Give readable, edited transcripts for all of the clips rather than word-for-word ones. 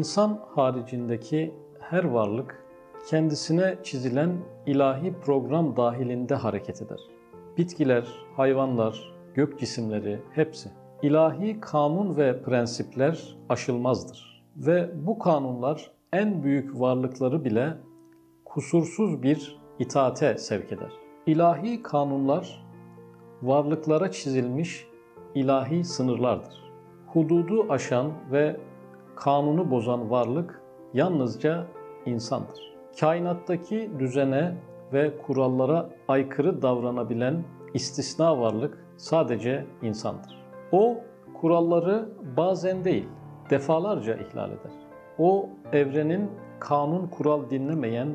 İnsan haricindeki her varlık kendisine çizilen ilahi program dahilinde hareket eder. Bitkiler, hayvanlar, gök cisimleri hepsi. İlahi kanun ve prensipler aşılmazdır. Ve bu kanunlar en büyük varlıkları bile kusursuz bir itaate sevk eder. İlahi kanunlar varlıklara çizilmiş ilahi sınırlardır. Hududu aşan ve kanunu bozan varlık yalnızca insandır. Kainattaki düzene ve kurallara aykırı davranabilen istisna varlık sadece insandır. O kuralları bazen değil, defalarca ihlal eder. O evrenin kanun kural dinlemeyen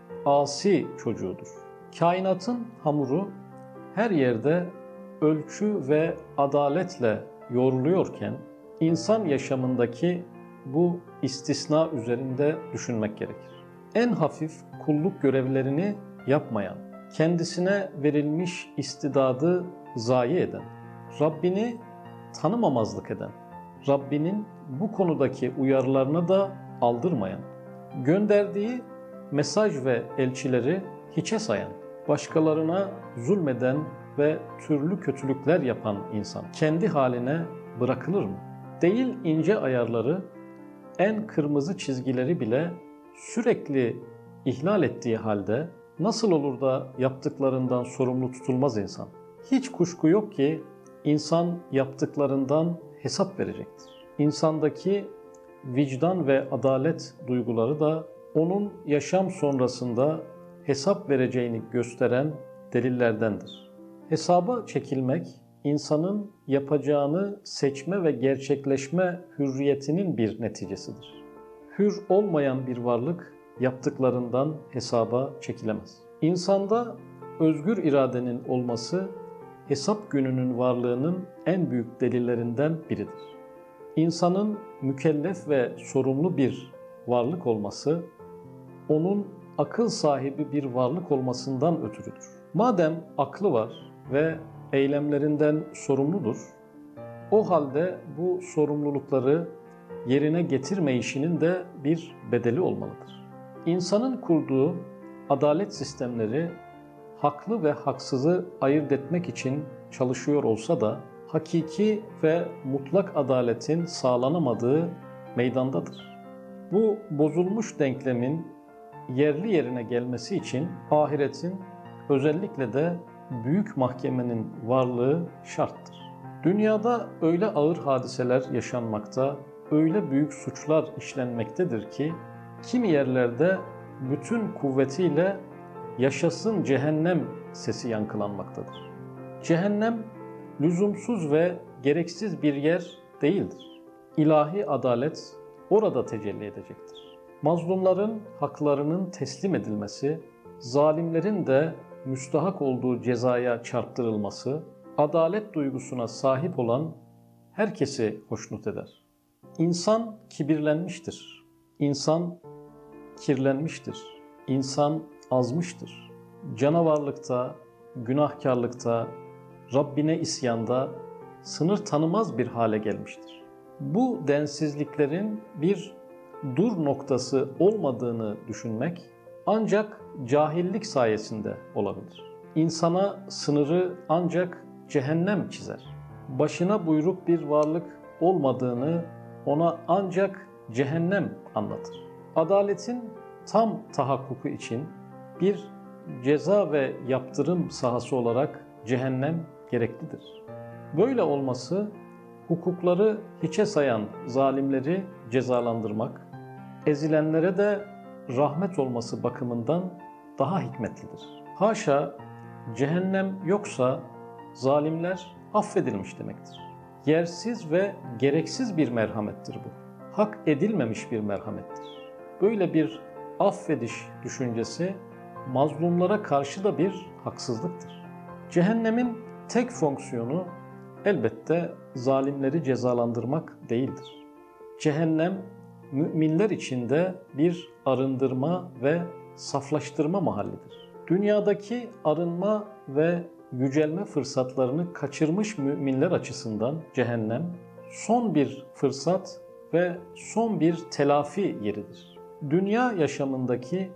asi çocuğudur. Kainatın hamuru her yerde ölçü ve adaletle yoğruluyorken insan yaşamındaki bu istisna üzerinde düşünmek gerekir. En hafif kulluk görevlerini yapmayan, kendisine verilmiş istidadı zayi eden, Rabbini tanımamazlık eden, Rabbinin bu konudaki uyarılarına da aldırmayan, gönderdiği mesaj ve elçileri hiçe sayan, başkalarına zulmeden ve türlü kötülükler yapan insan kendi haline bırakılır mı? Değil ince ayarları, en kırmızı çizgileri bile sürekli ihlal ettiği halde nasıl olur da yaptıklarından sorumlu tutulmaz insan? Hiç kuşku yok ki insan yaptıklarından hesap verecektir. İnsandaki vicdan ve adalet duyguları da onun yaşam sonrasında hesap vereceğini gösteren delillerdendir. Hesaba çekilmek, insanın yapacağını seçme ve gerçekleşme hürriyetinin bir neticesidir. Hür olmayan bir varlık yaptıklarından hesaba çekilemez. İnsanda özgür iradenin olması, hesap gününün varlığının en büyük delillerinden biridir. İnsanın mükellef ve sorumlu bir varlık olması, onun akıl sahibi bir varlık olmasından ötürüdür. Madem aklı var ve eylemlerinden sorumludur, o halde bu sorumlulukları yerine getirmeyişinin de bir bedeli olmalıdır. İnsanın kurduğu adalet sistemleri haklı ve haksızı ayırt etmek için çalışıyor olsa da hakiki ve mutlak adaletin sağlanamadığı meydandadır. Bu bozulmuş denklemin yerli yerine gelmesi için ahiretin, özellikle de büyük mahkemenin varlığı şarttır. Dünyada öyle ağır hadiseler yaşanmakta, öyle büyük suçlar işlenmektedir ki kimi yerlerde bütün kuvvetiyle yaşasın cehennem sesi yankılanmaktadır. Cehennem lüzumsuz ve gereksiz bir yer değildir. İlahi adalet orada tecelli edecektir. Mazlumların haklarının teslim edilmesi, zalimlerin de müstahak olduğu cezaya çarptırılması, adalet duygusuna sahip olan herkesi hoşnut eder. İnsan kibirlenmiştir. İnsan kirlenmiştir. İnsan azmıştır. Canavarlıkta, günahkarlıkta, Rabbine isyanda sınır tanımaz bir hale gelmiştir. Bu densizliklerin bir dur noktası olmadığını düşünmek ancak cahillik sayesinde olabilir. İnsana sınırı ancak cehennem çizer. Başına buyruk bir varlık olmadığını ona ancak cehennem anlatır. Adaletin tam tahakkuku için bir ceza ve yaptırım sahası olarak cehennem gereklidir. Böyle olması hukukları hiçe sayan zalimleri cezalandırmak, ezilenlere de rahmet olması bakımından daha hikmetlidir. Haşa, cehennem yoksa zalimler affedilmiş demektir. Yersiz ve gereksiz bir merhamettir bu. Hak edilmemiş bir merhamettir. Böyle bir affediş düşüncesi mazlumlara karşı da bir haksızlıktır. Cehennemin tek fonksiyonu elbette zalimleri cezalandırmak değildir. Cehennem müminler içinde bir arındırma ve saflaştırma mahallidir. Dünyadaki arınma ve yücelme fırsatlarını kaçırmış müminler açısından cehennem son bir fırsat ve son bir telafi yeridir. Dünya yaşamındaki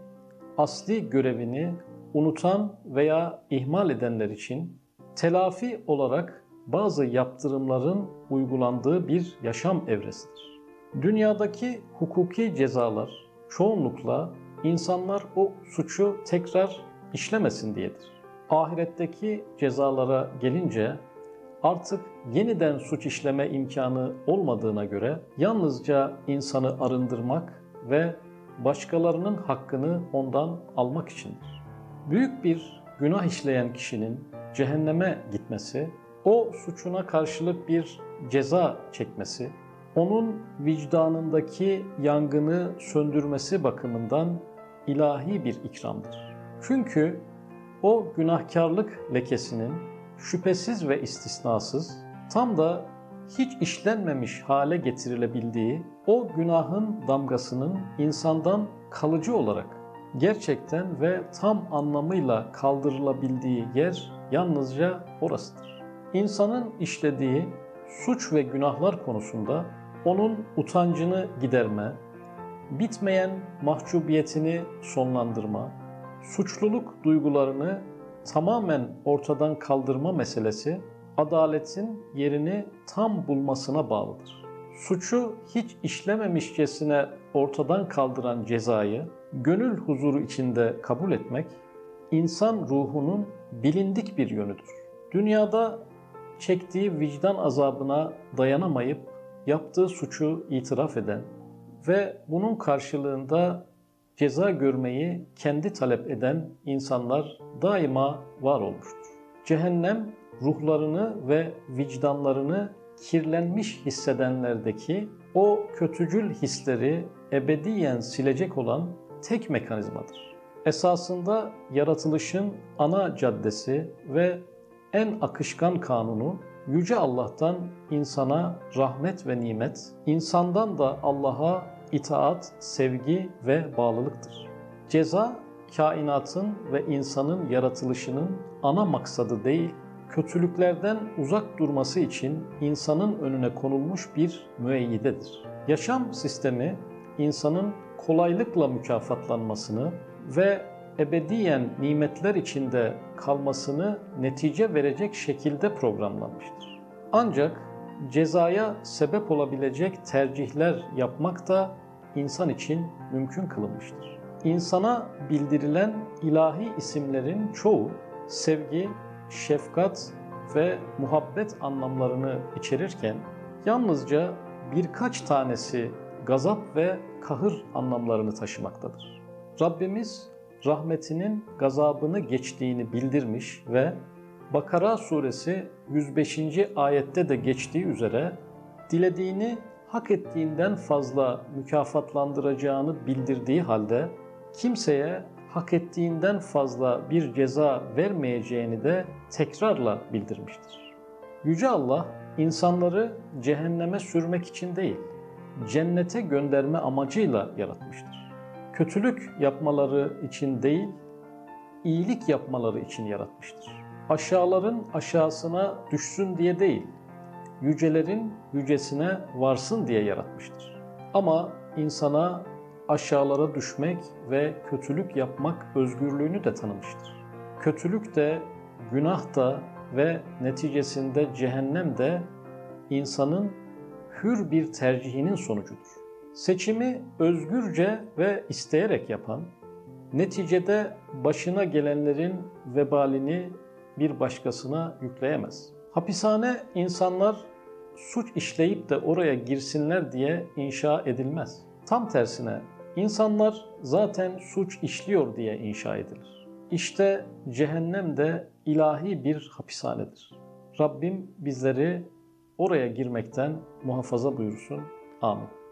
asli görevini unutan veya ihmal edenler için telafi olarak bazı yaptırımların uygulandığı bir yaşam evresidir. Dünyadaki hukuki cezalar çoğunlukla insanlar o suçu tekrar işlemesin diyedir. Ahiretteki cezalara gelince artık yeniden suç işleme imkanı olmadığına göre yalnızca insanı arındırmak ve başkalarının hakkını ondan almak içindir. Büyük bir günah işleyen kişinin cehenneme gitmesi, o suçuna karşılık bir ceza çekmesi, onun vicdanındaki yangını söndürmesi bakımından ilahi bir ikramdır. Çünkü o günahkarlık lekesinin şüphesiz ve istisnasız, tam da hiç işlenmemiş hale getirilebildiği o günahın damgasının insandan kalıcı olarak gerçekten ve tam anlamıyla kaldırılabildiği yer yalnızca orasıdır. İnsanın işlediği suç ve günahlar konusunda onun utancını giderme, bitmeyen mahcubiyetini sonlandırma, suçluluk duygularını tamamen ortadan kaldırma meselesi adaletin yerini tam bulmasına bağlıdır. Suçu hiç işlememişçesine ortadan kaldıran cezayı gönül huzuru içinde kabul etmek insan ruhunun bilindik bir yönüdür. Dünyada çektiği vicdan azabına dayanamayıp yaptığı suçu itiraf eden ve bunun karşılığında ceza görmeyi kendi talep eden insanlar daima var olmuştur. Cehennem ruhlarını ve vicdanlarını kirlenmiş hissedenlerdeki o kötücül hisleri ebediyen silecek olan tek mekanizmadır. Esasında yaratılışın ana caddesi ve en akışkan kanunu Yüce Allah'tan insana rahmet ve nimet, insandan da Allah'a itaat, sevgi ve bağlılıktır. Ceza, kainatın ve insanın yaratılışının ana maksadı değil, kötülüklerden uzak durması için insanın önüne konulmuş bir müeyyidedir. Yaşam sistemi, insanın kolaylıkla mükafatlanmasını ve ebediyen nimetler içinde kalmasını netice verecek şekilde programlanmıştır. Ancak cezaya sebep olabilecek tercihler yapmak da insan için mümkün kılınmıştır. İnsana bildirilen ilahi isimlerin çoğu sevgi, şefkat ve muhabbet anlamlarını içerirken yalnızca birkaç tanesi gazap ve kahır anlamlarını taşımaktadır. Rabbimiz rahmetinin gazabını geçtiğini bildirmiş ve Bakara suresi 105. ayette de geçtiği üzere dilediğini hak ettiğinden fazla mükafatlandıracağını bildirdiği halde kimseye hak ettiğinden fazla bir ceza vermeyeceğini de tekrarla bildirmiştir. Yüce Allah insanları cehenneme sürmek için değil, cennete gönderme amacıyla yaratmıştır. Kötülük yapmaları için değil, iyilik yapmaları için yaratmıştır. Aşağıların aşağısına düşsün diye değil, yücelerin yücesine varsın diye yaratmıştır. Ama insana aşağılara düşmek ve kötülük yapmak özgürlüğünü de tanımıştır. Kötülük de, günah da ve neticesinde cehennem de insanın hür bir tercihinin sonucudur. Seçimi özgürce ve isteyerek yapan, neticede başına gelenlerin vebalini bir başkasına yükleyemez. Hapishane insanlar suç işleyip de oraya girsinler diye inşa edilmez. Tam tersine insanlar zaten suç işliyor diye inşa edilir. İşte cehennem de ilahi bir hapishanedir. Rabbim bizleri oraya girmekten muhafaza buyursun. Amin.